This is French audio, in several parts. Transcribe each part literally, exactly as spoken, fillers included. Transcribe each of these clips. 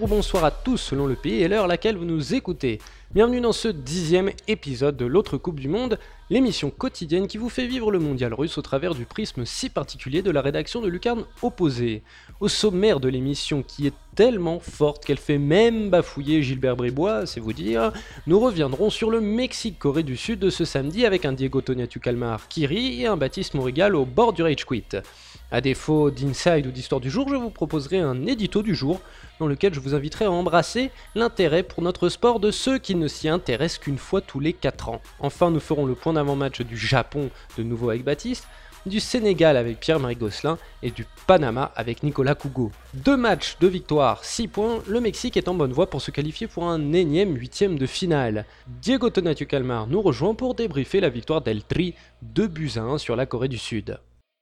ou bonsoir à tous selon le pays et l'heure à laquelle vous nous écoutez. Bienvenue dans ce dixième épisode de l'autre Coupe du Monde, l'émission quotidienne qui vous fait vivre le mondial russe au travers du prisme si particulier de la rédaction de Lucarne Opposée. Au sommaire de l'émission qui est tellement forte qu'elle fait même bafouiller Gilbert Bribois, c'est vous dire, nous reviendrons sur le Mexique-Corée du Sud de ce samedi avec un Diego Tonatiuh Calmar qui rit et un Baptiste Montrégal au bord du rage quit. A défaut d'inside ou d'histoire du jour, je vous proposerai un édito du jour dans lequel je vous inviterai à embrasser l'intérêt pour notre sport de ceux qui ne s'y intéressent qu'une fois tous les quatre ans. Enfin, nous ferons le point d'avant-match du Japon, de nouveau avec Baptiste, du Sénégal avec Pierre-Marie Gosselin et du Panama avec Nicolas Cougo. Deux matchs, deux victoires, six points, le Mexique est en bonne voie pour se qualifier pour un énième huitième de finale. Diego Tonatiuh Calmar nous rejoint pour débriefer la victoire d'El Tri, deux buts à un sur la Corée du Sud.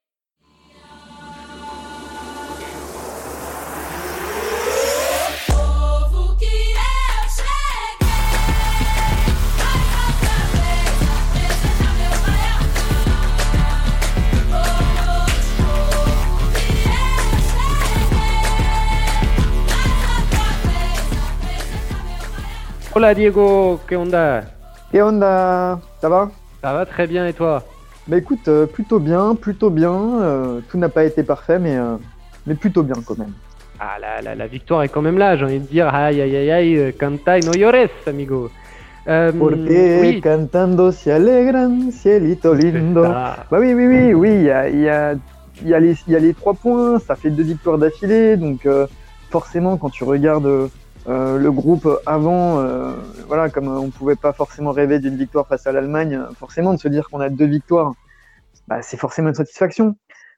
Hola Diego, ¿qué onda? ¿Qué onda? Ça va? Ça va très bien et toi? Bah écoute, euh, plutôt bien, plutôt bien. Euh, tout n'a pas été parfait, mais, euh, mais plutôt bien quand même. Ah la, la, la victoire est quand même là, j'ai envie de dire, aïe aïe aïe aïe, canta y no llores, amigo. Euh, Porque oui. Cantando se alegran, cielito lindo. Bah oui, oui, oui, oui, il y a, y, a, y, a les, y a les trois points, ça fait deux victoires d'affilée, donc euh, forcément quand tu regardes... Euh, le groupe avant, euh, voilà, comme on ne pouvait pas forcément rêver d'une victoire face à l'Allemagne, forcément de se dire qu'on a deux victoires, bah, c'est forcément une satisfaction.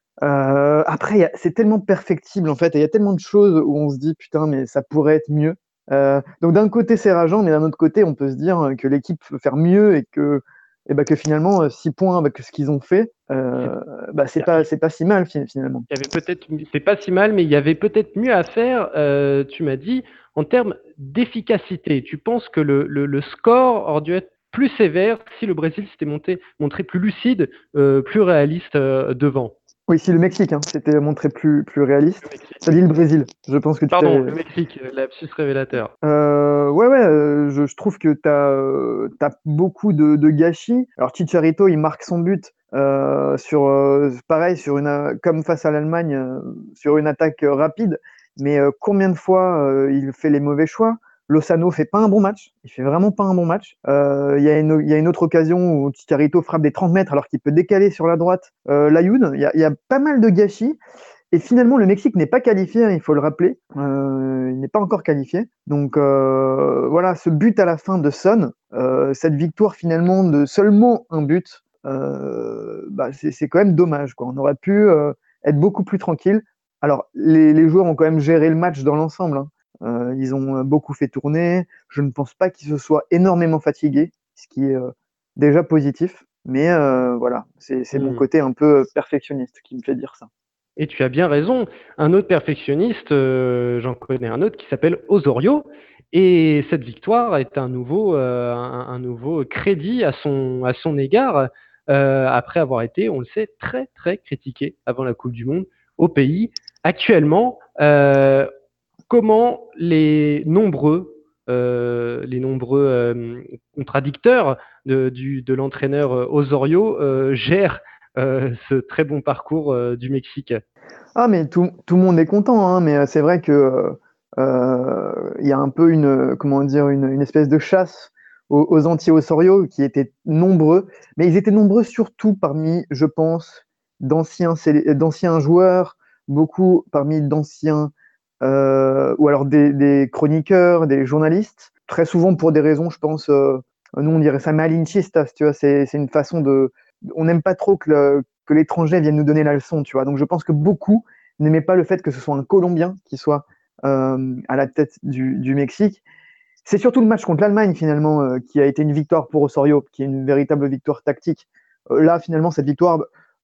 Euh, après, y a, c'est tellement perfectible en fait, il y a tellement de choses où on se dit putain, mais ça pourrait être mieux. Euh, donc d'un côté c'est rageant, mais d'un autre côté on peut se dire que l'équipe peut faire mieux et que, et bah, que finalement six points, bah, que ce qu'ils ont fait, euh, bah, c'est pas c'est pas si mal finalement. Il y avait peut-être, c'est pas si mal, mais il y avait peut-être mieux à faire. Euh, tu m'as dit en termes d'efficacité. Tu penses que le, le, le score aurait dû être plus sévère si le Brésil s'était monté, montré plus lucide, euh, plus réaliste euh, devant? Oui, si le Mexique hein, s'était montré plus, plus réaliste. Ça dit le Brésil, je pense que tu Pardon, t'es... le Mexique, lapsus révélateur. Euh, ouais, ouais, euh, je, je trouve que tu as euh, beaucoup de, de gâchis. Alors, Chicharito, il marque son but euh, sur, euh, pareil, sur une, comme face à l'Allemagne, euh, sur une attaque euh, rapide. Mais euh, combien de fois euh, il fait les mauvais choix? Lozano fait pas un bon match, il fait vraiment pas un bon match. Il euh, y, y a une autre occasion où Chicharito frappe des trente mètres alors qu'il peut décaler sur la droite euh, l'Ayoun. Il y, y a pas mal de gâchis. Et finalement, le Mexique n'est pas qualifié, il faut le rappeler. Euh, il n'est pas encore qualifié. Donc euh, voilà, ce but à la fin de Son, euh, cette victoire finalement de seulement un but, euh, bah, c'est, c'est quand même dommage, quoi. On aurait pu euh, être beaucoup plus tranquille. Alors, les, les joueurs ont quand même géré le match dans l'ensemble, hein. Euh, ils ont beaucoup fait tourner. Je ne pense pas qu'ils se soient énormément fatigués, ce qui est euh, déjà positif. Mais euh, voilà, c'est, c'est mmh. mon côté un peu perfectionniste qui me fait dire ça. Et tu as bien raison. Un autre perfectionniste, euh, j'en connais un autre qui s'appelle Osorio. Et cette victoire est un nouveau, euh, un, un nouveau crédit à son, à son égard, euh, après avoir été, on le sait, très très critiqué avant la Coupe du Monde au pays. Actuellement, euh, comment les nombreux, euh, les nombreux euh, contradicteurs de, du, de l'entraîneur Osorio euh, gèrent euh, ce très bon parcours euh, du Mexique? Ah, mais tout, tout le monde est content, hein, mais c'est vrai que euh, il y a un peu une, comment dire, une, une espèce de chasse aux, aux anti-Osorio qui étaient nombreux, mais ils étaient nombreux surtout parmi, je pense, d'anciens, d'anciens joueurs, beaucoup parmi d'anciens, euh, ou alors des, des chroniqueurs, des journalistes, très souvent pour des raisons, je pense, euh, nous on dirait ça malinchistas, tu vois, c'est, c'est une façon de, on n'aime pas trop que, le, que l'étranger vienne nous donner la leçon, tu vois. Donc je pense que beaucoup n'aimaient pas le fait que ce soit un Colombien qui soit euh, à la tête du, du Mexique. C'est surtout le match contre l'Allemagne finalement euh, qui a été une victoire pour Osorio, qui est une véritable victoire tactique. Euh, là finalement cette victoire,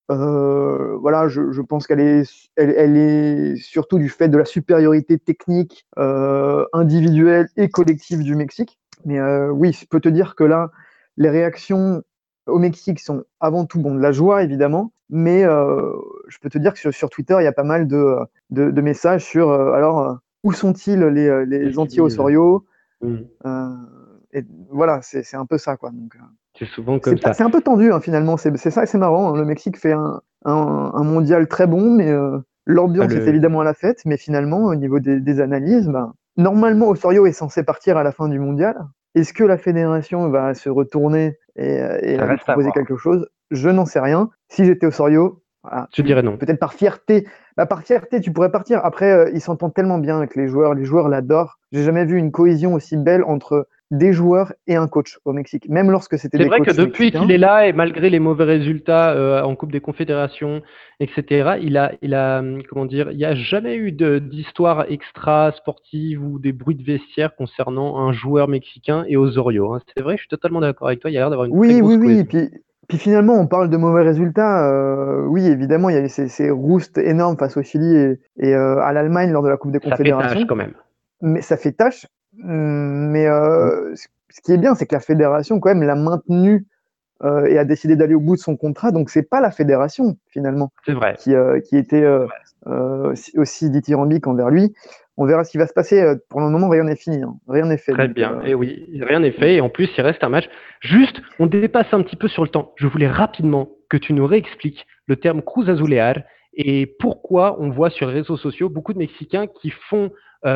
euh, voilà, je, je pense qu'elle est, elle, elle est surtout du fait de la supériorité technique, euh, individuelle et collective du Mexique. Mais euh, oui, je peux te dire que là, les réactions au Mexique sont avant tout bon, de la joie évidemment, mais euh, je peux te dire que sur, sur Twitter il y a pas mal de, de, de messages sur euh, alors où sont-ils les, euh, les anti-Osorio Mmh. euh, et voilà, c'est, c'est un peu ça, quoi. Donc, euh, C'est souvent c'est, comme pas- ça. c'est un peu tendu, hein, finalement. C'est, c'est ça, c'est marrant, hein. Le Mexique fait un, un, un mondial très bon, mais euh, Ah, l'ambiance est le... évidemment à la fête. Mais finalement, au niveau des, des analyses, ben, normalement, Osorio est censé partir à la fin du mondial. Est-ce que la fédération va se retourner et, euh, et Ça là, lui reste à proposer voir. quelque chose? Je n'en sais rien. Si j'étais Osorio, voilà, Je tu, dirais non. peut-être par fierté, bah, par fierté, tu pourrais partir. Après, euh, il s'entend tellement bien avec les joueurs. Les joueurs l'adorent. J'ai jamais vu une cohésion aussi belle entre des joueurs et un coach au Mexique. Même lorsque c'était C'est des vrai que coachs depuis qu'il mexicains. est là, et malgré les mauvais résultats euh, en Coupe des Confédérations, et cetera, il a, il a, hum, comment dire, il n'y a jamais eu de- d'histoire extra sportive ou des bruits de vestiaire concernant un joueur mexicain et Osorio, hein. C'est vrai, je suis totalement d'accord avec toi. Il y a l'air d'avoir une très Oui, grosse oui, oui. Et cohésion. puis, puis finalement, on parle de mauvais résultats. Euh, oui, évidemment, il y a eu ces, ces roustes énormes face au Chili et, et, euh, à l'Allemagne lors de la Coupe des Ça fait tâche Confédérations. quand même. Mais ça fait tâche. Hum, Mais Mm. euh, ce ce qui est bien, c'est que la fédération, quand même, l'a maintenu euh, et a décidé d'aller au bout de son contrat. Donc, c'est pas la fédération, finalement, C'est vrai. qui, euh, qui était euh, euh, aussi aussi dithyrambique envers lui. On verra ce qui va se passer. Euh, Pour le moment, rien n'est fini, hein. Rien n'est fait. Très Donc, bien. euh, Et oui, rien n'est fait. Et en plus, il reste un match. Juste, on dépasse un petit peu sur le temps. Je voulais rapidement que tu nous réexpliques le terme Cruz Azulear et pourquoi on voit sur les réseaux sociaux beaucoup de Mexicains qui font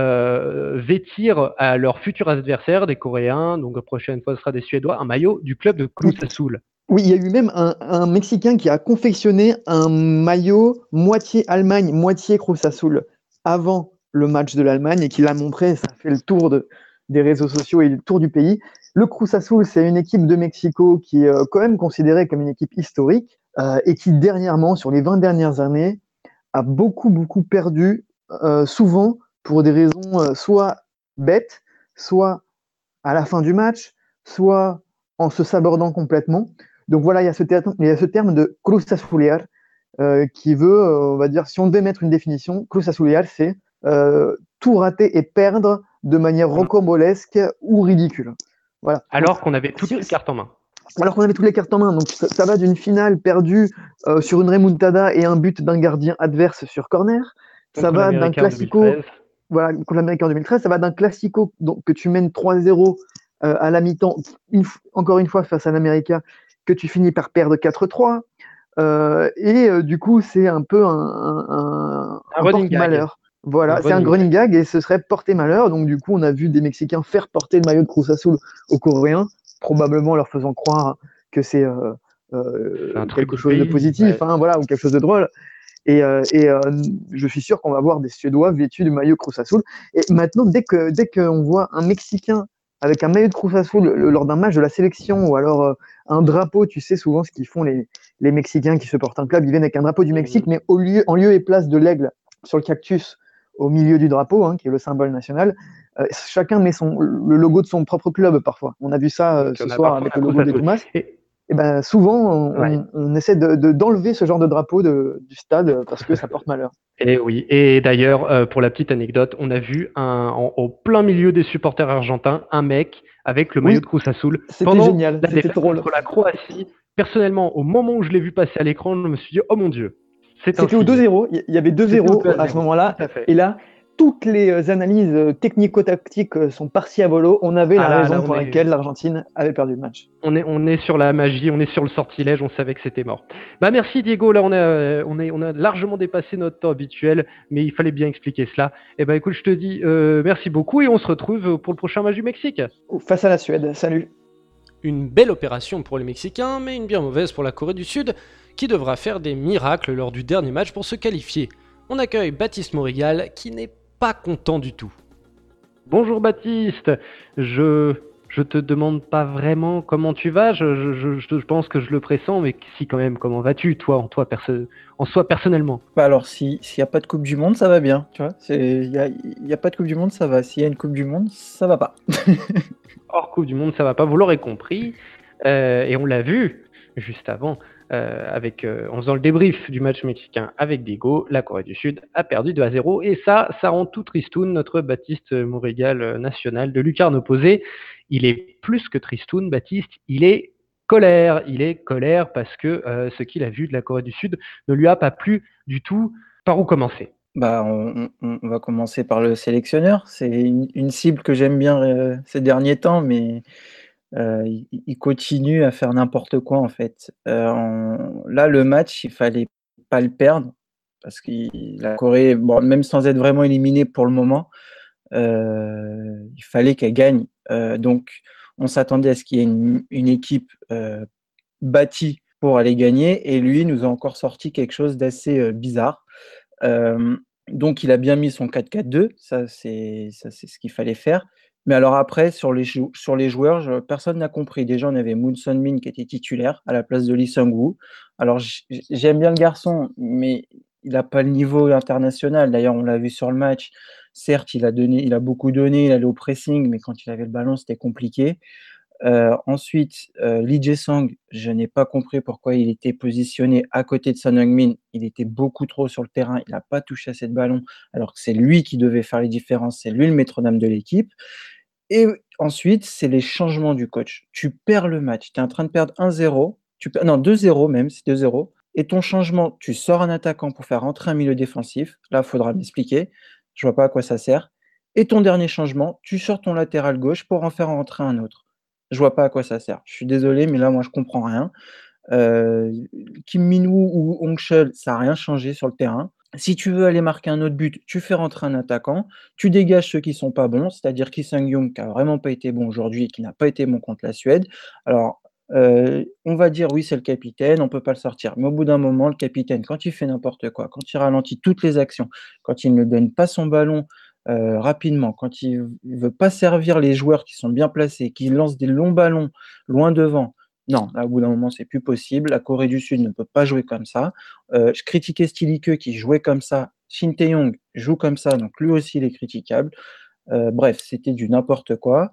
euh, vêtir à leurs futurs adversaires, des Coréens, donc la prochaine fois ce sera des Suédois, un maillot du club de Cruz oui, Azul. oui, il y a eu même un, un Mexicain qui a confectionné un maillot moitié Allemagne, moitié Cruz Azul avant le match de l'Allemagne et qui l'a montré. Ça fait le tour de, des réseaux sociaux et le tour du pays. Le Cruz Azul, c'est une équipe de Mexico qui est euh, quand même considérée comme une équipe historique euh, et qui dernièrement, sur les vingt dernières années, a beaucoup, beaucoup perdu, euh, souvent pour des raisons euh, soit bêtes, soit à la fin du match, soit en se sabordant complètement. Donc voilà, il y a ce terme, il y a ce terme de cruz azulear euh, qui veut, euh, on va dire, si on devait mettre une définition, cruz azulear, c'est euh, tout rater et perdre de manière rocambolesque ou ridicule. Voilà. Donc, Alors qu'on avait toutes sur, les cartes en main. alors qu'on avait toutes les cartes en main, donc ça, ça va d'une finale perdue euh, sur une remontada et un but d'un gardien adverse sur corner. Ça Contre va d'un l'Américain en classico, deux mille treize. voilà, contre l'Amérique en deux mille treize, ça va d'un classico donc, que tu mènes trois zéro euh, à la mi-temps, une, encore une fois face à l'Américain, que tu finis par perdre quatre trois. Euh, et euh, du coup, c'est un peu un, un, Un un running gag. porte-malheur. Un Voilà, c'est un running running gag. gag et ce serait porter malheur. Donc, du coup, on a vu des Mexicains faire porter le maillot de Cruz Azul aux Coréens, probablement leur faisant croire que c'est euh, C'est un euh, truc quelque du chose de pays. positif, Ouais. hein, voilà, ou quelque chose de drôle. Et, euh, et euh, je suis sûr qu'on va voir des Suédois vêtus du maillot Cruz Azul. Et maintenant, dès que dès qu'on voit un Mexicain avec un maillot de Cruz Azul lors d'un match de la sélection ou alors euh, un drapeau, tu sais souvent ce qu'ils font les, les Mexicains qui se portent un club, ils viennent avec un drapeau du Mexique, Mhm. mais au lieu, en lieu et place de l'aigle sur le cactus au milieu du drapeau, hein, qui est le symbole national, euh, chacun met son, le logo de son propre club parfois. On a vu ça euh, Donc, ce on a soir parfois avec la le Cruz logo des Azul. Pumas. Et, Et ben souvent, ouais. on, on essaie de, de, d'enlever ce genre de drapeau de, du stade parce que ça porte malheur. Et oui, et d'ailleurs, euh, pour la petite anecdote, on a vu un, en- au plein milieu des supporters argentins un mec avec le maillot Oui, de Cruz Azul c'était pendant génial, la c'était défaite drôle. contre la Croatie. Personnellement, au moment où je l'ai vu passer à l'écran, je me suis dit, oh mon Dieu, c'est un C'était au signe. deux zéro, il y avait C'était au deux zéro deux à à ce zéro. moment-là. Tout à fait. Et là, toutes les euh, analyses euh, technico-tactiques euh, sont parties à volo. On avait Ah la là, là, raison on pour est, laquelle l'Argentine avait perdu le match. on est, on est sur la magie, on est sur le sortilège, on savait que c'était mort. Bah merci Diego, là on a, euh, on est, on a largement dépassé notre temps habituel, mais il fallait bien expliquer cela. Et ben écoute, je te dis euh, merci beaucoup et on se retrouve pour le prochain match du Mexique. Face à la Suède, salut. Une belle opération pour les Mexicains, mais une bien mauvaise pour la Corée du Sud, qui devra faire des miracles lors du dernier match pour se qualifier. On accueille Baptiste Morigal, qui n'est pas content du tout. Bonjour Baptiste, je je te demande pas vraiment comment tu vas, je, je, je, je pense que je le pressens, mais si quand même, comment vas-tu, toi, en toi, perso- en soi personnellement? Bah alors, si, s'il n'y a pas de Coupe du Monde, ça va bien, tu vois. C'est, il y a, il y a pas de Coupe du Monde, ça va. S'il y a une Coupe du Monde, ça va pas. Hors Coupe du Monde, ça va pas, vous l'aurez compris, euh, et on l'a vu juste avant, euh, avec, euh, en faisant le débrief du match mexicain avec Diego, la Corée du Sud a perdu deux à zéro, et ça, ça rend tout tristoun, notre Baptiste Montrégal euh, national de lucarne opposée. Il est plus que tristoun, Baptiste, il est colère, il est colère parce que euh, ce qu'il a vu de la Corée du Sud ne lui a pas plu du tout. Par où commencer? Bah, on, on- on va commencer par le sélectionneur. C'est une, une cible que j'aime bien euh, ces derniers temps, mais euh, il, il continue à faire n'importe quoi en fait. Euh, en- là, le match, il fallait pas le perdre parce que la Corée, bon, même sans être vraiment éliminée pour le moment, euh, il fallait qu'elle gagne. Euh, donc, on s'attendait à ce qu'il y ait une, une équipe euh, bâtie pour aller gagner, et lui nous a encore sorti quelque chose d'assez euh, bizarre. Euh, donc, il a bien mis son quatre quatre deux, ça c'est ça, c'est ce qu'il fallait faire. Mais alors après, sur les, jou- sur les joueurs, je- personne n'a compris. Déjà, on avait Moon Sun-min qui était titulaire à la place de Lee Sung-woo. Alors, j- j'aime bien le garçon, mais il n'a pas le niveau international. D'ailleurs, on l'a vu sur le match. Certes, il a donné, il a beaucoup donné, il allait au pressing, mais quand il avait le ballon, c'était compliqué. Euh, ensuite, euh, Lee Jae-sung, je n'ai pas compris pourquoi il était positionné à côté de Son Heung-min. Il était beaucoup trop sur le terrain, il n'a pas touché assez de ballon, alors que c'est lui qui devait faire les différences, c'est lui le métronome de l'équipe. Et ensuite, c'est les changements du coach. Tu perds le match, tu es en train de perdre un zéro, tu perds, non, deux zéro même, c'est deux zéro. Et ton changement, tu sors un attaquant pour faire rentrer un milieu défensif. Là, il faudra m'expliquer. Je vois pas à quoi ça sert. Et ton dernier changement, tu sors ton latéral gauche pour en faire rentrer un autre. Je vois pas à quoi ça sert. Je suis désolé, mais là, moi, je comprends rien. Euh, Kim Min-woo ou Hong Chul, ça n'a rien changé sur le terrain. Si tu veux aller marquer un autre but, tu fais rentrer un attaquant, tu dégages ceux qui sont pas bons, c'est-à-dire Ki Sung-young qui a vraiment pas été bon aujourd'hui et qui n'a pas été bon contre la Suède. Alors, euh, on va dire oui, c'est le capitaine, on peut pas le sortir. Mais au bout d'un moment, le capitaine, quand il fait n'importe quoi, quand il ralentit toutes les actions, quand il ne donne pas son ballon euh, rapidement, quand il ne veut pas servir les joueurs qui sont bien placés, qui lancent des longs ballons loin devant, non, là, au bout d'un moment, c'est plus possible. La Corée du Sud ne peut pas jouer comme ça. Euh, je critiquais Stilikeux qui jouait comme ça. Shin Tae-yong joue comme ça, donc lui aussi, il est critiquable. Euh, bref, c'était du n'importe quoi.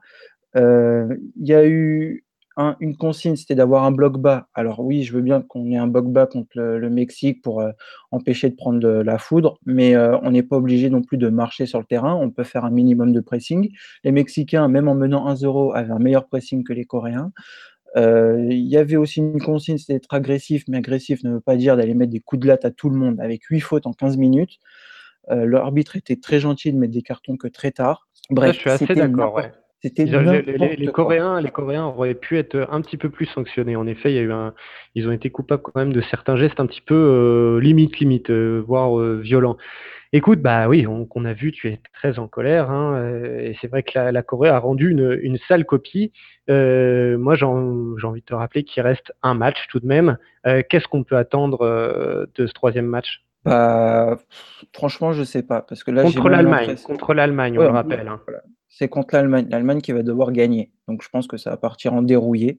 Euh, Il y a eu un- une consigne, c'était d'avoir un bloc bas. Alors oui, je veux bien qu'on ait un bloc bas contre le, le Mexique pour euh, empêcher de prendre de la foudre, mais euh, on n'est pas obligé non plus de marcher sur le terrain. On peut faire un minimum de pressing. Les Mexicains, même en menant un zéro, avaient un meilleur pressing que les Coréens. Euh, Il y avait aussi une consigne, c'était d'être agressif, mais agressif ne veut pas dire d'aller mettre des coups de latte à tout le monde avec huit fautes en quinze minutes. Euh, L'arbitre était très gentil de mettre des cartons que très tard. Là, je Bref, suis assez c'était d'accord, ouais. n'importe, c'était Ils a- les, les- les- les n'importe quoi. Coréens, les Coréens auraient pu être un petit peu plus sanctionnés. En effet, il y a eu un, ils ont été coupables quand même de certains gestes un petit peu euh, limite, limite, euh, voire euh, violents. Écoute, bah oui, on, qu'on a vu, tu es très en colère, hein, euh, et c'est vrai que la, la Corée a rendu une, une sale copie. Euh, moi, j'ai en- j'ai envie de te rappeler qu'il reste un match tout de même. Euh, qu'est-ce qu'on peut attendre euh, de ce troisième match? Bah, pff, franchement, je sais pas, parce que là, j'ai Contre même l'Allemagne, l'impression. contre l'Allemagne, on Ouais, le en plus, rappelle, hein. voilà. C'est contre l'Allemagne. L'Allemagne qui va devoir gagner. Donc, je pense que ça va partir en dérouillé.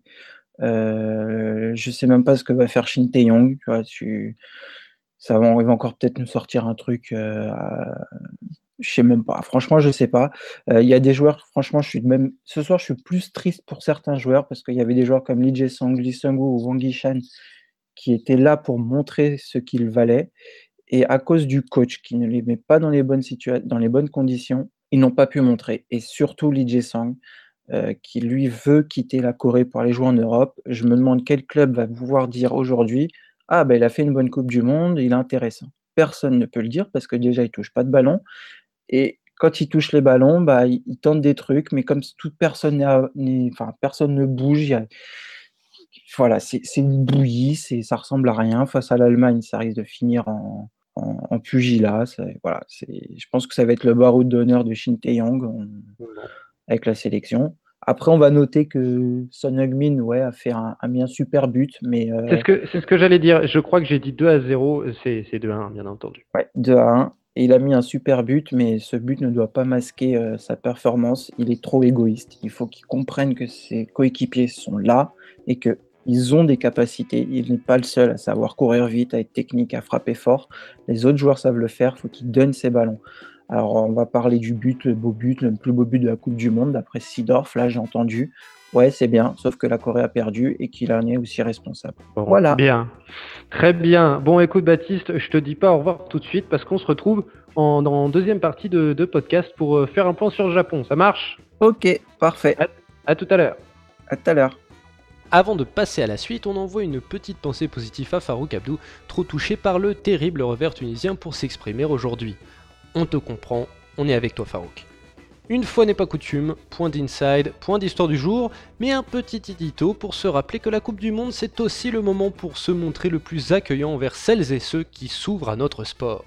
Euh, je sais même pas ce que va faire Shin Tae-yong. Tu vois, tu- ça va, il va encore peut-être nous sortir un truc. euh, à- Je sais même pas. Franchement, je sais pas. Euh, Il y a des joueurs, franchement, je suis de même. Ce soir, je suis plus triste pour certains joueurs parce qu'il y avait des joueurs comme Lee Jae-sung, Lee Sung-woo ou Wang Yi-shan qui étaient là pour montrer ce qu'ils valaient. Et à cause du coach qui ne les met pas dans les bonnes situa- dans les bonnes conditions, ils n'ont pas pu montrer. Et surtout Lee Jae-sung, euh, qui lui veut quitter la Corée pour aller jouer en Europe. Je me demande quel club va pouvoir dire aujourd'hui, ah ben il a fait une bonne Coupe du Monde, il est intéressant. Personne ne peut le dire parce que déjà il touche pas de ballon. Et quand il touche les ballons, bah, il, il tente des trucs, mais comme toute personne n'est à- n'est- enfin, personne ne bouge, il y a- voilà, c'est c'est une bouillie, c'est, ça ressemble à rien. Face à l'Allemagne, ça risque de finir en, en, en pugilat. Ça- voilà, c'est, je pense que ça va être le baroud d'honneur de Shin Tae-yong en- Bon. avec la sélection. Après, on va noter que Son Heung-min, ouais, a fait un, a mis un super but, mais C'est euh, ce que, c'est ce que j'allais dire. Je crois que j'ai dit deux à zéro. C'est, c'est deux à un, bien entendu. ouais, deux à un. Et il a mis un super but, mais ce but ne doit pas masquer euh, sa performance. Il est trop égoïste. Il faut qu'il comprenne que ses coéquipiers sont là et qu'ils ont des capacités. Il n'est pas le seul à savoir courir vite, à être technique, à frapper fort. Les autres joueurs savent le faire. Il faut qu'il donne ses ballons. Alors, on va parler du but, le beau but, le plus beau but de la Coupe du Monde, d'après Seedorf. Là, j'ai entendu. Ouais, c'est bien, sauf que la Corée a perdu et qu'il en est aussi responsable. Bon, Voilà. bien. Très bien. Bon, écoute, Baptiste, je te dis pas au revoir tout de suite parce qu'on se retrouve en, en deuxième partie de, de podcast pour euh, faire un point sur le Japon. Ça marche? Ok, parfait. À, à tout à l'heure. À tout à l'heure. Avant de passer à la suite, on envoie une petite pensée positive à Farouk Abdou, trop touché par le terrible revers tunisien pour s'exprimer aujourd'hui. On te comprend, on est avec toi Farouk. Une fois n'est pas coutume, point d'inside, point d'histoire du jour, mais un petit édito pour se rappeler que la Coupe du Monde c'est aussi le moment pour se montrer le plus accueillant envers celles et ceux qui s'ouvrent à notre sport.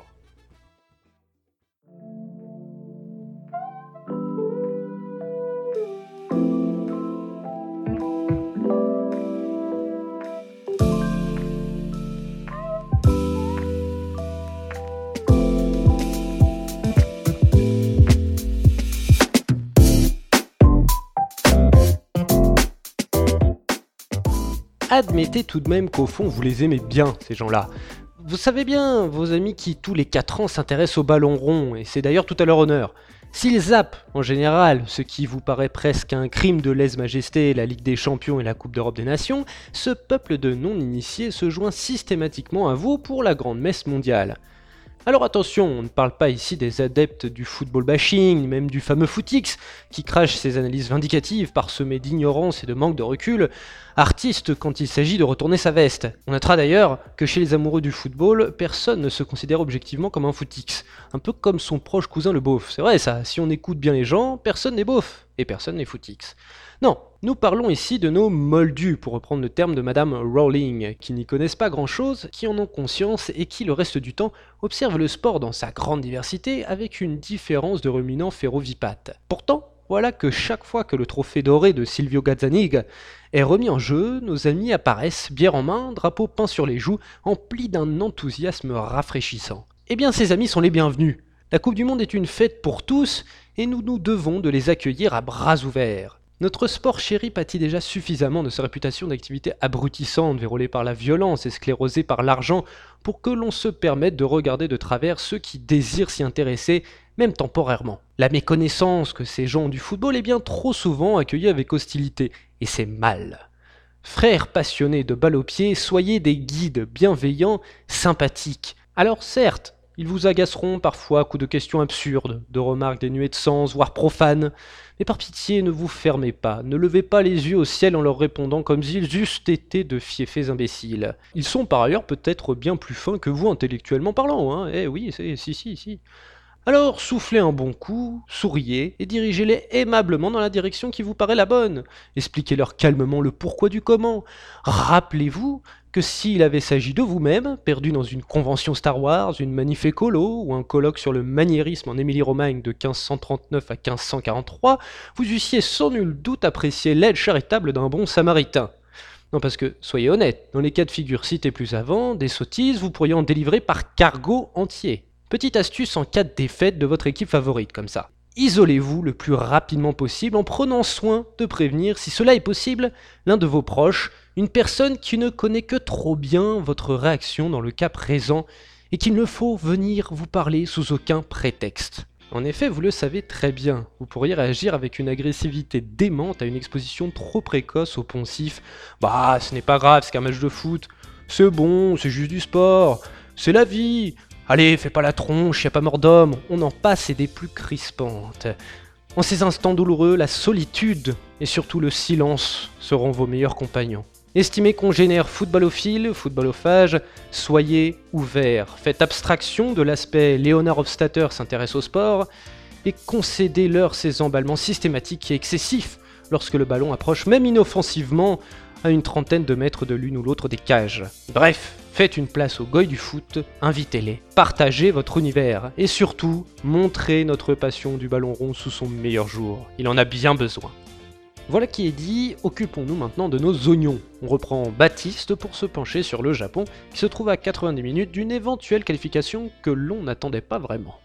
Admettez tout de même qu'au fond vous les aimez bien, ces gens-là. Vous savez bien, vos amis qui tous les quatre ans s'intéressent au ballon rond, et c'est d'ailleurs tout à leur honneur. S'ils zappent, en général, ce qui vous paraît presque un crime de lèse-majesté, la Ligue des Champions et la Coupe d'Europe des Nations, ce peuple de non-initiés se joint systématiquement à vous pour la grande messe mondiale. Alors attention, on ne parle pas ici des adeptes du football bashing, ni même du fameux footix, qui crache ses analyses vindicatives parsemées d'ignorance et de manque de recul, artiste quand il s'agit de retourner sa veste. On notera d'ailleurs que chez les amoureux du football, personne ne se considère objectivement comme un footix, un peu comme son proche cousin le beauf. C'est vrai ça, si on écoute bien les gens, personne n'est beauf, et personne n'est footix. Non, nous parlons ici de nos moldus, pour reprendre le terme de Madame Rowling, qui n'y connaissent pas grand-chose, qui en ont conscience et qui, le reste du temps, observent le sport dans sa grande diversité avec une différence de ruminants ferrovipates. Pourtant, voilà que chaque fois que le trophée doré de Silvio Gazzanig est remis en jeu, nos amis apparaissent, bière en main, drapeau peint sur les joues, emplis d'un enthousiasme rafraîchissant. Eh bien, ces amis sont les bienvenus. La Coupe du Monde est une fête pour tous, et nous nous devons de les accueillir à bras ouverts. Notre sport chéri pâtit déjà suffisamment de sa réputation d'activité abrutissante, vérolée par la violence et sclérosée par l'argent, pour que l'on se permette de regarder de travers ceux qui désirent s'y intéresser, même temporairement. La méconnaissance que ces gens ont du football est bien trop souvent accueillie avec hostilité, et c'est mal. Frères passionnés de balle au pied, soyez des guides bienveillants, sympathiques. Alors certes, ils vous agaceront parfois à coups de questions absurdes, de remarques dénuées de sens, voire profanes. Mais par pitié, ne vous fermez pas, ne levez pas les yeux au ciel en leur répondant comme s'ils eussent été de fiefés imbéciles. Ils sont par ailleurs peut-être bien plus fins que vous intellectuellement parlant, hein. Eh oui, c'est, si, si, si. Alors soufflez un bon coup, souriez et dirigez-les aimablement dans la direction qui vous paraît la bonne. Expliquez-leur calmement le pourquoi du comment. Rappelez-vous que s'il avait s'agi de vous-même, perdu dans une convention Star Wars, une manif écolo ou un colloque sur le maniérisme en Émilie-Romagne de quinze cent trente-neuf à quinze cent quarante-trois, vous eussiez sans nul doute apprécié l'aide charitable d'un bon samaritain. Non, parce que, soyez honnête, dans les cas de figure cités plus avant, des sottises, vous pourriez en délivrer par cargo entier. Petite astuce en cas de défaite de votre équipe favorite, comme ça. Isolez-vous le plus rapidement possible en prenant soin de prévenir, si cela est possible, l'un de vos proches, une personne qui ne connaît que trop bien votre réaction dans le cas présent et qu'il ne faut venir vous parler sous aucun prétexte. En effet, vous le savez très bien, vous pourriez réagir avec une agressivité démente à une exposition trop précoce au poncif. Bah, ce n'est pas grave, c'est qu'un match de foot. C'est bon, c'est juste du sport. C'est la vie. Allez, fais pas la tronche, y a pas mort d'homme, on en passe et des plus crispantes. En ces instants douloureux, la solitude et surtout le silence seront vos meilleurs compagnons. Estimez congénères footballophiles, footballophages, soyez ouverts. Faites abstraction de l'aspect Léonard Hofstadter s'intéresse au sport et concédez-leur ces emballements systématiques et excessifs lorsque le ballon approche même inoffensivement à une trentaine de mètres de l'une ou l'autre des cages. Bref, faites une place aux goy du foot, invitez-les, partagez votre univers et surtout, montrez notre passion du ballon rond sous son meilleur jour. Il en a bien besoin. Voilà qui est dit, occupons-nous maintenant de nos oignons. On reprend Baptiste pour se pencher sur le Japon, qui se trouve à quatre-vingt-dix minutes d'une éventuelle qualification que l'on n'attendait pas vraiment.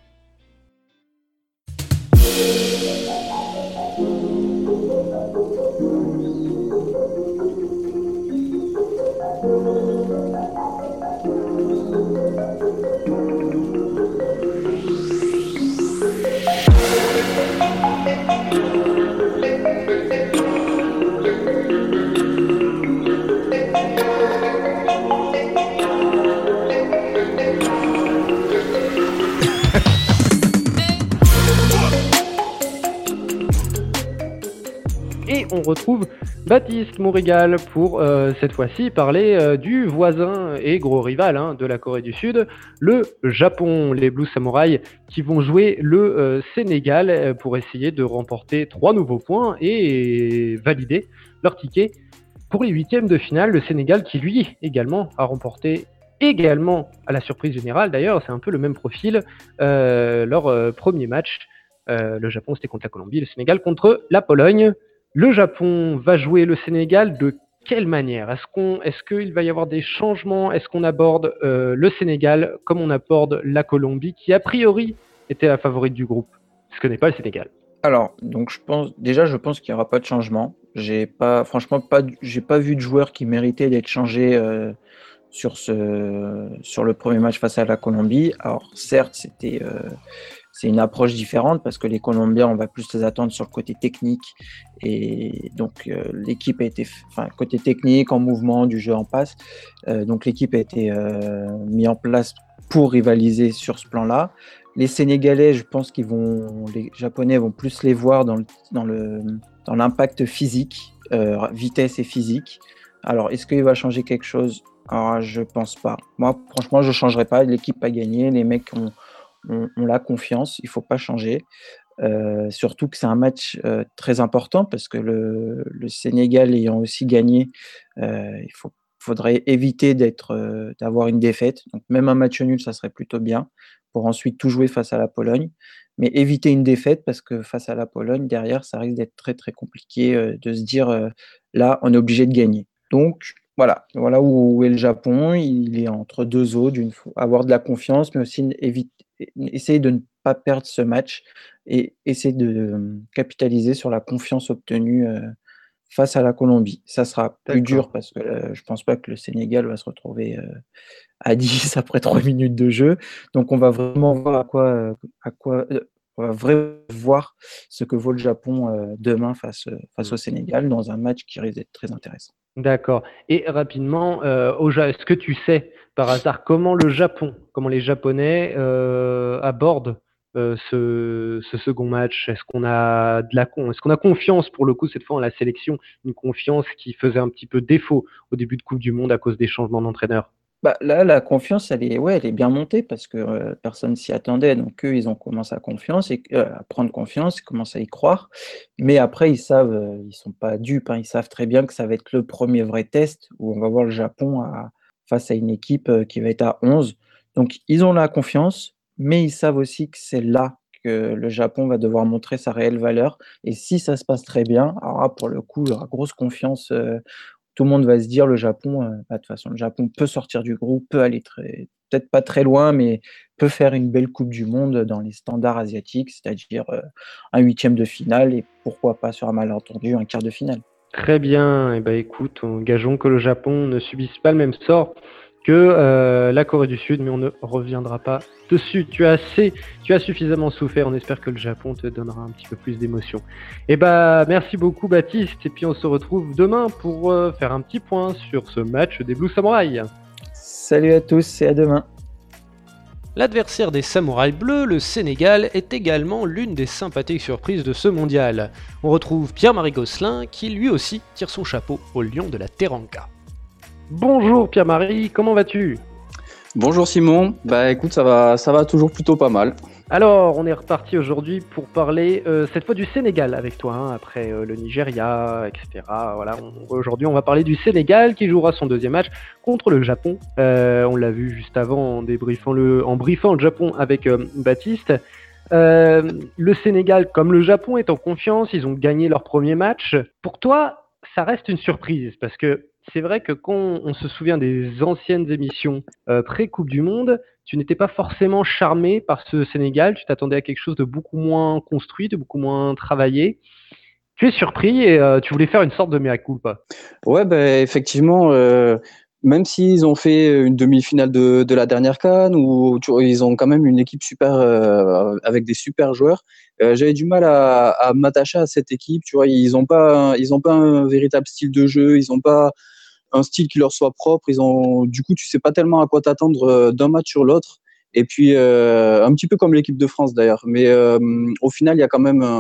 on retrouve Baptiste Montrégal pour euh, cette fois-ci parler euh, du voisin et gros rival hein, de la Corée du Sud, le Japon, les Blue Samurai qui vont jouer le euh, Sénégal euh, pour essayer de remporter trois nouveaux points et valider leur ticket pour les huitièmes de finale. Le Sénégal qui lui également a remporté également à la surprise générale, d'ailleurs c'est un peu le même profil, euh, leur euh, premier match. Euh, le Japon c'était contre la Colombie, le Sénégal contre la Pologne. Le Japon va jouer le Sénégal de quelle manière ? Est-ce qu'on, est-ce qu'il va y avoir des changements ? Est-ce qu'on aborde euh, le Sénégal comme on aborde la Colombie qui a priori était la favorite du groupe, ce que n'est pas le Sénégal ? Alors, donc je pense déjà, je pense qu'il n'y aura pas de changement. J'ai pas, franchement, pas, j'ai pas vu de joueur qui méritait d'être changé euh, sur ce, sur le premier match face à la Colombie. Alors, certes, c'était, euh, c'est une approche différente parce que les Colombiens, on va plus les attendre sur le côté technique et donc euh, l'équipe a été, enfin, côté technique, en mouvement, du jeu en passe. Euh, donc l'équipe a été euh, mise en place pour rivaliser sur ce plan-là. Les Sénégalais, je pense qu'ils vont, les Japonais vont plus les voir dans le, dans le, dans l'impact physique, euh, vitesse et physique. Alors, est-ce qu'il va changer quelque chose ? Alors, je pense pas. Moi, franchement, je changerai pas. L'équipe a gagné, les mecs ont, ont, ont la confiance. Il faut pas changer. Euh, surtout que c'est un match euh, très important parce que le, le Sénégal ayant aussi gagné, euh, il faut, faudrait éviter d'être, euh, d'avoir une défaite. Donc, même un match nul, ça serait plutôt bien pour ensuite tout jouer face à la Pologne. Mais éviter une défaite parce que face à la Pologne, derrière, ça risque d'être très, très compliqué euh, de se dire euh, là, on est obligé de gagner. Donc, voilà, voilà où est le Japon. Il est entre deux eaux, d'une avoir de la confiance, mais aussi éviter, essayer de ne pas perdre ce match et essayer de capitaliser sur la confiance obtenue euh, face à la Colombie. Ça sera plus D'accord. dur parce que euh, je pense pas que le Sénégal va se retrouver euh, à dix après trois minutes de jeu. Donc on va vraiment voir à quoi, à quoi euh, on va vraiment voir ce que vaut le Japon euh, demain face, face au Sénégal dans un match qui risque d'être très intéressant. D'accord. Et rapidement, euh, au Ja- est-ce que tu sais par hasard comment le Japon, comment les Japonais euh, abordent euh, ce, ce second match? Est-ce qu'on a de la con, est-ce qu'on a confiance pour le coup cette fois en la sélection, une confiance qui faisait un petit peu défaut au début de Coupe du Monde à cause des changements d'entraîneur? Bah, là, la confiance, elle est, ouais, elle est bien montée parce que euh, personne s'y attendait. Donc, eux, ils ont commencé à, confiance et, euh, à prendre confiance, ils commencent à y croire. Mais après, ils savent, euh, ils sont pas dupes, hein, ils savent très bien que ça va être le premier vrai test où on va voir le Japon à, face à une équipe euh, qui va être à onze. Donc, ils ont la confiance, mais ils savent aussi que c'est là que le Japon va devoir montrer sa réelle valeur. Et si ça se passe très bien, alors là, pour le coup, il y aura grosse confiance. Euh, tout le monde va se dire le Japon, euh, bah, de toute façon, le Japon peut sortir du groupe, peut aller très, peut-être pas très loin, mais peut faire une belle Coupe du Monde dans les standards asiatiques, c'est-à-dire euh, un huitième de finale et pourquoi pas sur un malentendu un quart de finale. Très bien. Et ben écoute, on- gageons que le Japon ne subisse pas le même sort que euh, la Corée du Sud, mais on ne reviendra pas dessus. Tu as assez, tu as suffisamment souffert. On espère que le Japon te donnera un petit peu plus d'émotion. Et bah merci beaucoup Baptiste. Et puis on se retrouve demain pour euh, faire un petit point sur ce match des Blue Samurai. Salut à tous et à demain. L'adversaire des Samouraïs Bleus, le Sénégal, est également l'une des sympathiques surprises de ce mondial. On retrouve Pierre-Marie Gosselin qui lui aussi tire son chapeau au lion de la Teranga. Bonjour Pierre-Marie, comment vas-tu ? Bonjour Simon, bah écoute ça va, ça va toujours plutôt pas mal. Alors on est reparti aujourd'hui pour parler euh, cette fois du Sénégal avec toi, hein, après euh, le Nigeria, et cetera. Voilà, on- aujourd'hui on va parler du Sénégal qui jouera son deuxième match contre le Japon. Euh, on l'a vu juste avant en débriefant le, en briefant le Japon avec euh, Baptiste. Euh, le Sénégal, comme le Japon, est en confiance, ils ont gagné leur premier match. Pour toi, ça reste une surprise parce que c'est vrai que quand on se souvient des anciennes émissions euh, pré-Coupe du Monde, tu n'étais pas forcément charmé par ce Sénégal, tu t'attendais à quelque chose de beaucoup moins construit, de beaucoup moins travaillé. Tu es surpris et euh, tu voulais faire une sorte de mea culpa. Ouais bah effectivement, euh, même s'ils ont fait une demi-finale de, de la dernière CAN ou tu vois, ils ont quand même une équipe super euh, avec des super joueurs, euh, j'avais du mal à, à m'attacher à cette équipe. Tu vois, ils ont pas, ils ont pas un véritable style de jeu, ils ont pas un style qui leur soit propre. Ils ont, du coup, tu sais pas tellement à quoi t'attendre euh, d'un match sur l'autre. Et puis, euh, un petit peu comme l'équipe de France d'ailleurs. Mais euh, au final, il y a quand même un,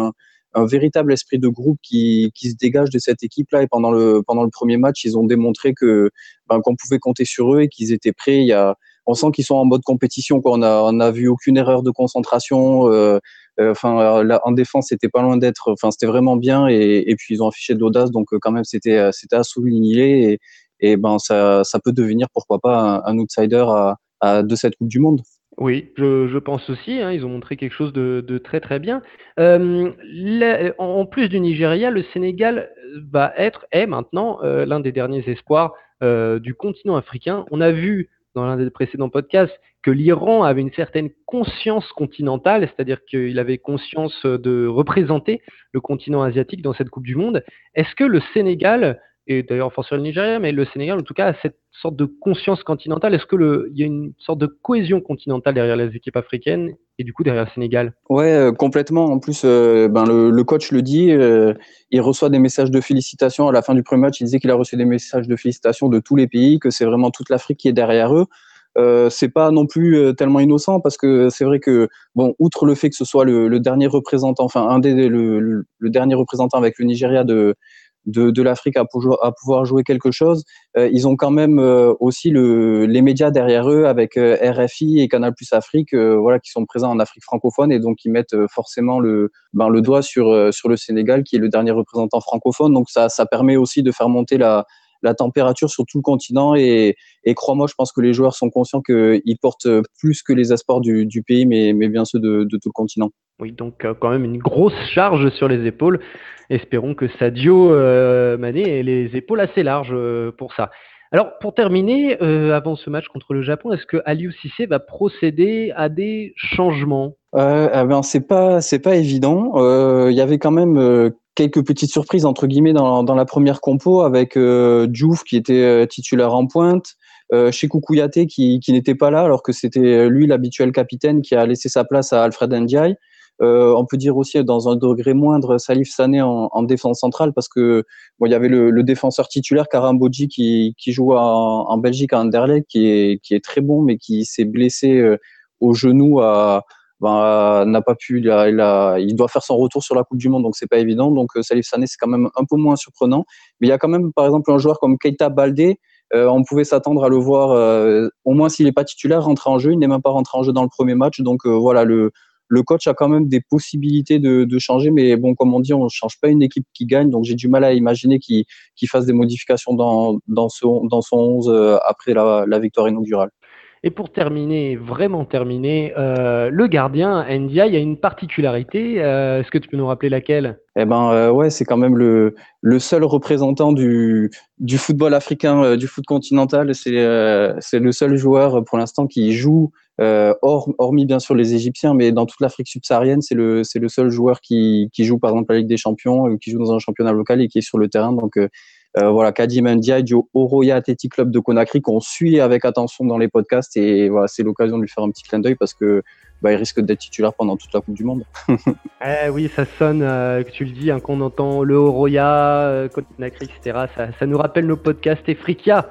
un véritable esprit de groupe qui, qui se dégage de cette équipe-là. Et pendant le, pendant le premier match, ils ont démontré que, ben, qu'on pouvait compter sur eux et qu'ils étaient prêts. Il y a, on sent qu'ils sont en mode compétition, quoi. On a, on a vu aucune erreur de concentration. Euh, Enfin, euh, en défense, c'était pas loin d'être. Enfin, c'était vraiment bien. Et, et puis ils ont affiché de l'audace, donc euh, quand même, c'était, c'était à souligner. Et, et ben, ça, ça peut devenir, pourquoi pas, un, un outsider à, à, de cette Coupe du Monde. Oui, je, je pense aussi, hein, ils ont montré quelque chose de, de très très bien. Euh, la- en en plus du Nigeria, le Sénégal va être, est maintenant euh, l'un des derniers espoirs euh, du continent africain. On a vu dans l'un des précédents podcasts que l'Iran avait une certaine conscience continentale, c'est-à-dire qu'il avait conscience de représenter le continent asiatique dans cette Coupe du Monde. Est-ce que le Sénégal, et d'ailleurs forcément le Nigeria, mais le Sénégal en tout cas a cette sorte de conscience continentale? Est-ce que le, il y a une sorte de cohésion continentale derrière les équipes africaines et du coup derrière le Sénégal? Ouais, euh, complètement. En plus, euh, ben le, le coach le dit, euh, il reçoit des messages de félicitations à la fin du premier match. Il disait qu'il a reçu des messages de félicitations de tous les pays, que c'est vraiment toute l'Afrique qui est derrière eux. Euh, c'est pas non plus euh, tellement innocent parce que c'est vrai que bon, outre le fait que ce soit le, le dernier représentant, enfin un des le, le, le dernier représentant avec le Nigeria de de, de l'Afrique à, à pouvoir jouer quelque chose, euh, ils ont quand même euh, aussi le, les médias derrière eux avec euh, R F I et Canal Plus Afrique, euh, voilà, qui sont présents en Afrique francophone et donc ils mettent euh, forcément le, ben, le doigt sur euh, sur le Sénégal qui est le dernier représentant francophone. Donc ça ça permet aussi de faire monter la la température sur tout le continent et, et crois-moi, je pense que les joueurs sont conscients qu'ils portent plus que les espoirs du, du pays, mais, mais bien ceux de, de tout le continent. Oui, donc euh, quand même une grosse charge sur les épaules. Espérons que Sadio euh, Mané ait les épaules assez larges euh, pour ça. Alors, pour terminer, euh, avant ce match contre le Japon, est-ce que Aliou Cissé va procéder à des changements? Euh, eh ben, c'est pas, c'est pas évident. Euh, Il y avait quand même euh, quelques petites surprises entre guillemets dans, dans la première compo avec euh, Diouf qui était euh, titulaire en pointe, euh, Cheikhou Kouyaté qui, qui n'était pas là alors que c'était lui l'habituel capitaine qui a laissé sa place à Alfred Ndiaye. Euh, on peut dire aussi dans un degré moindre Salif Sané en, en défense centrale parce que bon, il y avait le, le défenseur titulaire Karambodji qui, qui joue en, en Belgique à Anderlecht qui est, qui est très bon mais qui s'est blessé euh, au genou à ben, n'a pas pu, il, a, il, a, il doit faire son retour sur la Coupe du Monde, donc c'est pas évident. Donc euh, Salif Sané, c'est quand même un peu moins surprenant. Mais il y a quand même, par exemple, un joueur comme Keita Baldé, euh, on pouvait s'attendre à le voir, euh, au moins s'il n'est pas titulaire, rentrer en jeu. Il n'est même pas rentré en jeu dans le premier match. Donc euh, voilà, le, le coach a quand même des possibilités de, de changer. Mais bon, comme on dit, on ne change pas une équipe qui gagne. Donc j'ai du mal à imaginer qu'il, qu'il fasse des modifications dans, dans, ce, dans son onze euh, après la, la victoire inaugurale. Et pour terminer, vraiment terminer, euh, le gardien, Ndiaye, a une particularité. Euh, est-ce que tu peux nous rappeler laquelle? Eh ben euh, ouais, c'est quand même le, le seul représentant du, du football africain, euh, du foot continental. C'est, euh, c'est le seul joueur pour l'instant qui joue, euh, hors, hormis bien sûr les Égyptiens, mais dans toute l'Afrique subsaharienne, c'est le, c'est le seul joueur qui, qui joue par exemple la Ligue des Champions, euh, qui joue dans un championnat local et qui est sur le terrain. Donc euh, Euh, voilà, Kadim Ndiaye du Oroya Athletic Club de Conakry qu'on suit avec attention dans les podcasts et voilà, c'est l'occasion de lui faire un petit clin d'œil parce que bah, il risque d'être titulaire pendant toute la Coupe du Monde. Eh oui, ça sonne, euh, que tu le dis, hein, qu'on entend le Oroya, euh, Conakry, et cetera. Ça, ça nous rappelle nos podcasts Efrikia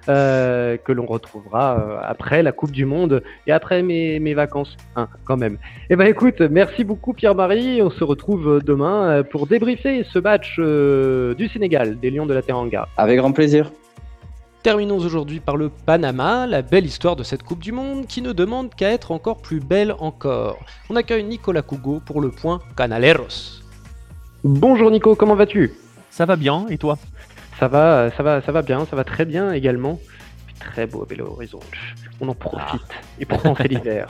euh, que l'on retrouvera euh, après la Coupe du Monde et après mes, mes vacances, hein, quand même. Eh ben écoute, merci beaucoup Pierre-Marie. On se retrouve demain pour débriefer ce match euh, du Sénégal, des Lions de la Teranga. Avec grand plaisir. Terminons aujourd'hui par le Panama, la belle histoire de cette Coupe du Monde qui ne demande qu'à être encore plus belle encore. On accueille Nicolas Cougo pour le point Canaleros. Bonjour Nico, comment vas-tu? Ça va bien, et toi? Ça va, ça va, ça va bien, ça va très bien également. Très beau Belo Horizonte, on en profite, ah. Et pourtant c'est l'hiver.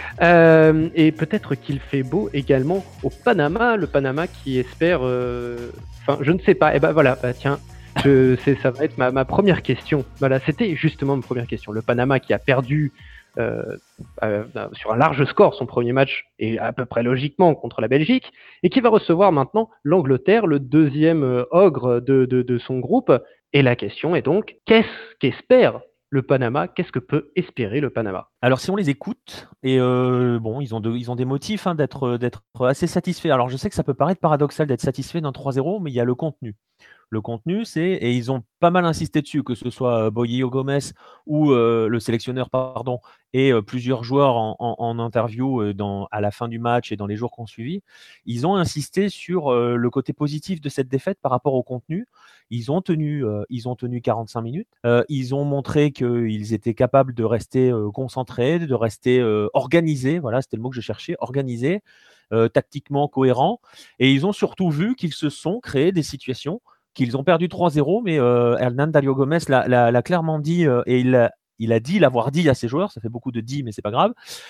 Euh, et peut-être qu'il fait beau également au Panama, le Panama qui espère... Enfin, euh... je ne sais pas, et eh ben voilà, bah, tiens... Je, c'est, ça va être ma, ma première question. Voilà, c'était justement ma première question. Le Panama qui a perdu euh, euh, sur un large score son premier match, et à peu près logiquement contre la Belgique, et qui va recevoir maintenant l'Angleterre, le deuxième euh, ogre de, de, de son groupe. Et la question est donc, qu'est-ce qu'espère le Panama? Qu'est-ce que peut espérer le Panama? Alors si on les écoute, et euh, bon, ils ont, de, ils ont des motifs hein, d'être, d'être assez satisfaits. Alors je sais que ça peut paraître paradoxal d'être satisfait d'un trois zéro, mais il y a le contenu. Le contenu, c'est et ils ont pas mal insisté dessus, que ce soit, heu, Boye Gomez ou heu, le sélectionneur, pardon et heu, plusieurs joueurs en en en interview, heu, dans à la fin du match et dans les jours qui ont suivi. Ils ont insisté sur, heu, le côté positif de cette défaite par rapport au contenu. Ils ont tenu, heu, ils ont tenu quarante-cinq minutes. Heu, ils ont montré qu'ils étaient capables de rester, heu, concentrés, de rester, heu, organisés, voilà, c'était le mot que je cherchais, organisés, heu, tactiquement cohérents et ils ont surtout vu qu'ils se sont créés des situations, qu'ils ont perdu trois zéro mais heu, Hernan Dario Gomez l'a l'a l'a clairement dit, heu et il l'a il a dit l'avoir dit à ses joueurs, ça fait beaucoup de dit, mais c'est pas grave,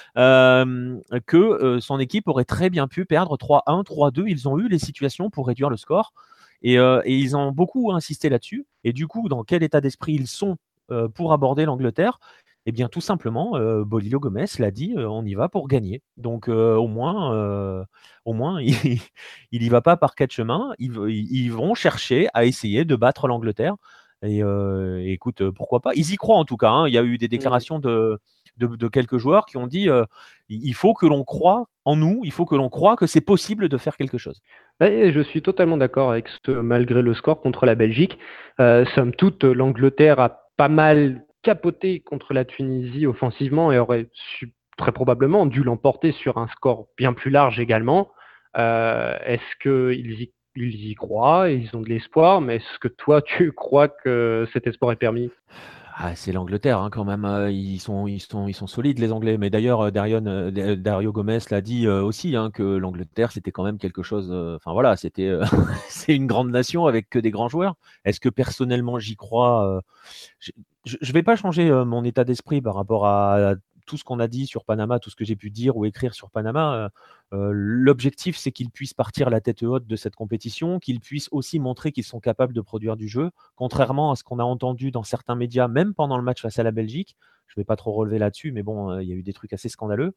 hem, que, heu, son équipe aurait très bien pu perdre trois un, trois deux. Ils ont eu les situations pour réduire le score et heu et ils ont beaucoup insisté là-dessus et du coup, dans quel état d'esprit ils sont, heu, pour aborder l'Angleterre? Eh bien, tout simplement, heu, Bolillo Gomez l'a dit, heu: «On y va pour gagner». Donc heu, au moins, heu, au moins il il y va pas par quatre chemins. Ils v ils ils vont chercher à essayer de battre l'Angleterre et heu, écoute, heu, pourquoi pas? Ils y croient en tout cas, hein. Il y a eu des Mmh. déclarations de de de quelques joueurs qui ont dit, heu: «Il il faut que l'on croie en nous, il faut que l'on croie que c'est possible de faire quelque chose». Ouais, je suis totalement d'accord avec ce malgré le score contre la Belgique. Heu, somme toute, l'Angleterre a pas mal capoté contre la Tunisie offensivement et aurait su très probablement dû l'emporter sur un score bien plus large également. Heu, est-ce qu'ils y ils y croient? Ils ont de l'espoir, mais est-ce que toi tu crois que cet espoir est permis? Ah, c'est l'Angleterre, hein, quand même, heu, ils sont ils sont ils sont solides les Anglais. Mais d'ailleurs, heu, Darion, heu, D Dario Gomez l'a dit, heu, aussi, hein, que l'Angleterre, c'était quand même quelque chose, heu, enfin voilà, c'était, heu, c'est une grande nation avec que des grands joueurs. Est-ce que personnellement j'y crois? Heu, je je je vais pas changer, heu, mon état d'esprit par rapport à tout ce qu'on a dit sur Panama, tout ce que j'ai pu dire ou écrire sur Panama. Heu heu, l'objectif, c'est qu'ils puissent partir la tête haute de cette compétition, qu'ils puissent aussi montrer qu'ils sont capables de produire du jeu. Contrairement à ce qu'on a entendu dans certains médias, même pendant le match face à la Belgique, je ne vais pas trop relever là-dessus, mais bon, heu, il y a eu des trucs assez scandaleux.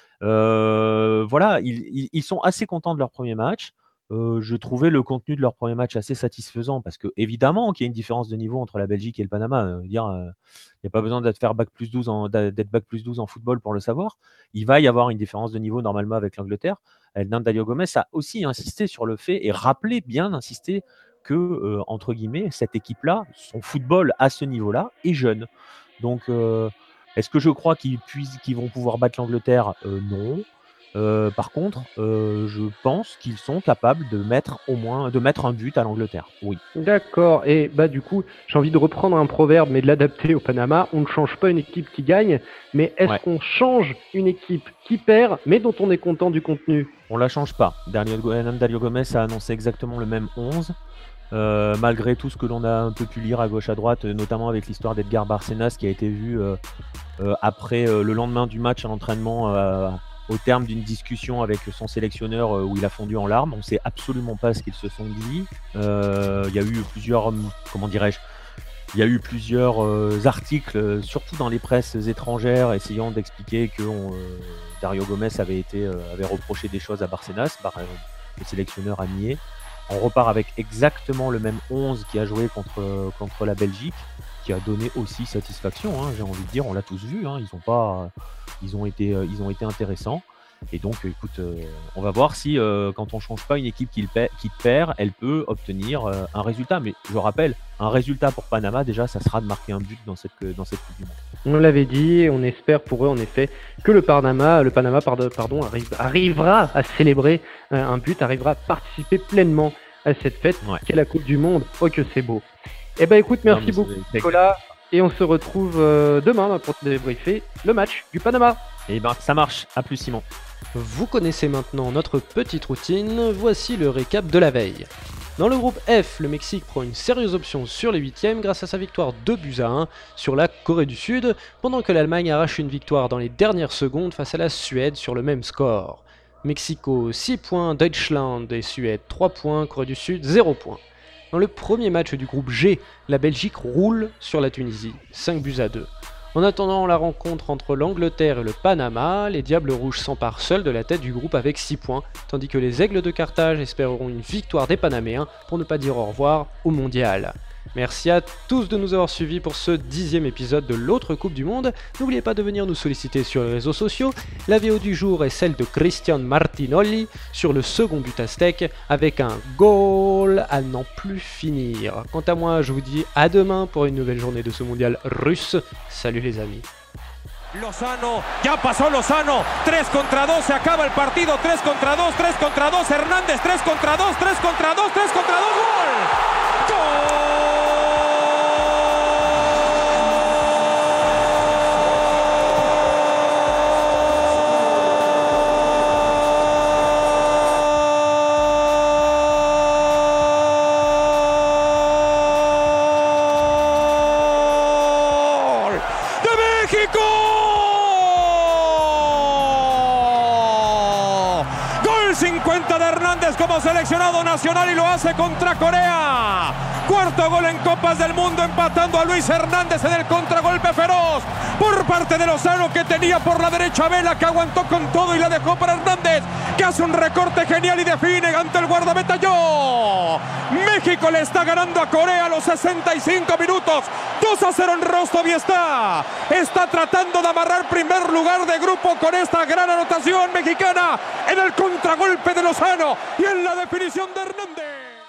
Heu, voilà, ils ils ils sont assez contents de leur premier match. Heu, je trouvais le contenu de leur premier match assez satisfaisant parce qu'évidemment qu'il y a une différence de niveau entre la Belgique et le Panama, heu, dire, heu, il y a pas besoin d'être faire bac plus douze en d'a d'être bac plus douze en football pour le savoir. Il va y avoir une différence de niveau normalement avec l'Angleterre. Hernan Dario Gomez a aussi insisté sur le fait et rappelé, bien insisté que, heu, entre guillemets, cette équipe-là, son football à ce niveau-là est jeune. Donc, heu, est-ce que je crois qu'ils puissent qu'ils vont pouvoir battre l'Angleterre? Heu, non. Heu, par contre, heu, je pense qu'ils sont capables de mettre au moins de mettre un but à l'Angleterre, oui. D'accord et bah, du coup, j'ai envie de reprendre un proverbe, mais de l'adapter au Panama. On ne change pas une équipe qui gagne, mais est-ce Ouais, qu'on change une équipe qui perd, mais dont on est content du contenu? on la change pas. Dario Go Hernan Dario Gomez a annoncé exactement le même onze, heu, malgré tout ce que l'on a un peu pu lire à gauche, à droite, heu, notamment avec l'histoire d'Edgar Barcenas qui a été vu, heu heu, après, heu, le lendemain du match à l'entraînement, heu, au terme d'une discussion avec son sélectionneur, heu, où il a fondu en larmes. On ne sait absolument pas ce qu'ils se sont dit. Heu, il y a eu plusieurs, hem, comment dirais-je? Il y a eu plusieurs, heu, articles, heu, surtout dans les presses étrangères, essayant d'expliquer que on, heu, Dario Gomez avait été, heu, avait reproché des choses à Barcenas. Bar heu, le sélectionneur a nié. On repart avec exactement le même onze qui a joué contre, heu, contre la Belgique, qui a donné aussi satisfaction, hein, j'ai envie de dire. On l'a tous vu, hein, ils ont pas, ils ont été, heu, ils ont été intéressants et donc euh, écoute, heu, on va voir si, heu, quand on change pas une équipe qui le paie qui perd, elle peut obtenir, heu, un résultat. Mais je rappelle, un résultat pour Panama, déjà, ça sera de marquer un but dans cette, euh, dans cette Coupe du Monde. On l'avait dit, et on espère pour eux en effet que le Panama, le Panama pardon, pardon, arrive- arrivera à célébrer euh, un but, arrivera à participer pleinement à cette fête Ouais. qu'est la Coupe du Monde. Oh que c'est beau. Eh ben écoute, Non, merci mais beaucoup c'est- Nicolas, et on se retrouve euh, demain pour te débriefer le match du Panama. Et ben, ça marche. À plus, Simon. Vous connaissez maintenant notre petite routine, voici le récap de la veille. Dans le groupe F, le Mexique prend une sérieuse option sur les huitièmes grâce à sa victoire deux buts à un sur la Corée du Sud, pendant que l'Allemagne arrache une victoire dans les dernières secondes face à la Suède sur le même score. Mexico six points, Deutschland et Suède trois points, Corée du Sud zéro points. Dans le premier match du groupe G, la Belgique roule sur la Tunisie, cinq buts à deux. En attendant la rencontre entre l'Angleterre et le Panama, les Diables Rouges s'emparent seuls de la tête du groupe avec six points, tandis que les Aigles de Carthage espéreront une victoire des Panaméens pour ne pas dire au revoir au Mondial. Merci à tous de nous avoir suivis pour ce dixième épisode de l'autre Coupe du Monde. N'oubliez pas de venir nous solliciter sur les réseaux sociaux. La V O du jour est celle de Cristian Martinoli sur le second but aztèque avec un goal à n'en plus finir. Quant à moi, je vous dis à demain pour une nouvelle journée de ce mondial russe. Salut les amis. Lozano, ya pasó Lozano, tres contra dos, se acaba el partido, tres contra dos, tres contra dos, Hernández, tres contra dos, tres contra dos, tres contra dos, gol, gol. cincuenta de Hernández como seleccionado nacional y lo hace contra Corea. Cuarto gol en Copas del Mundo, empatando a Luis Hernández en el contragolpe feroz por parte de Lozano, que tenía por la derecha a Vela, que aguantó con todo y la dejó para Hernández, que hace un recorte genial y define ante el guardameta Yo. México le está ganando a Corea a los sesenta y cinco minutos. dos a cero en Rostov y está. Está tratando de amarrar primer lugar de grupo con esta gran anotación mexicana en el contragolpe de Lozano y en la definición de Hernández.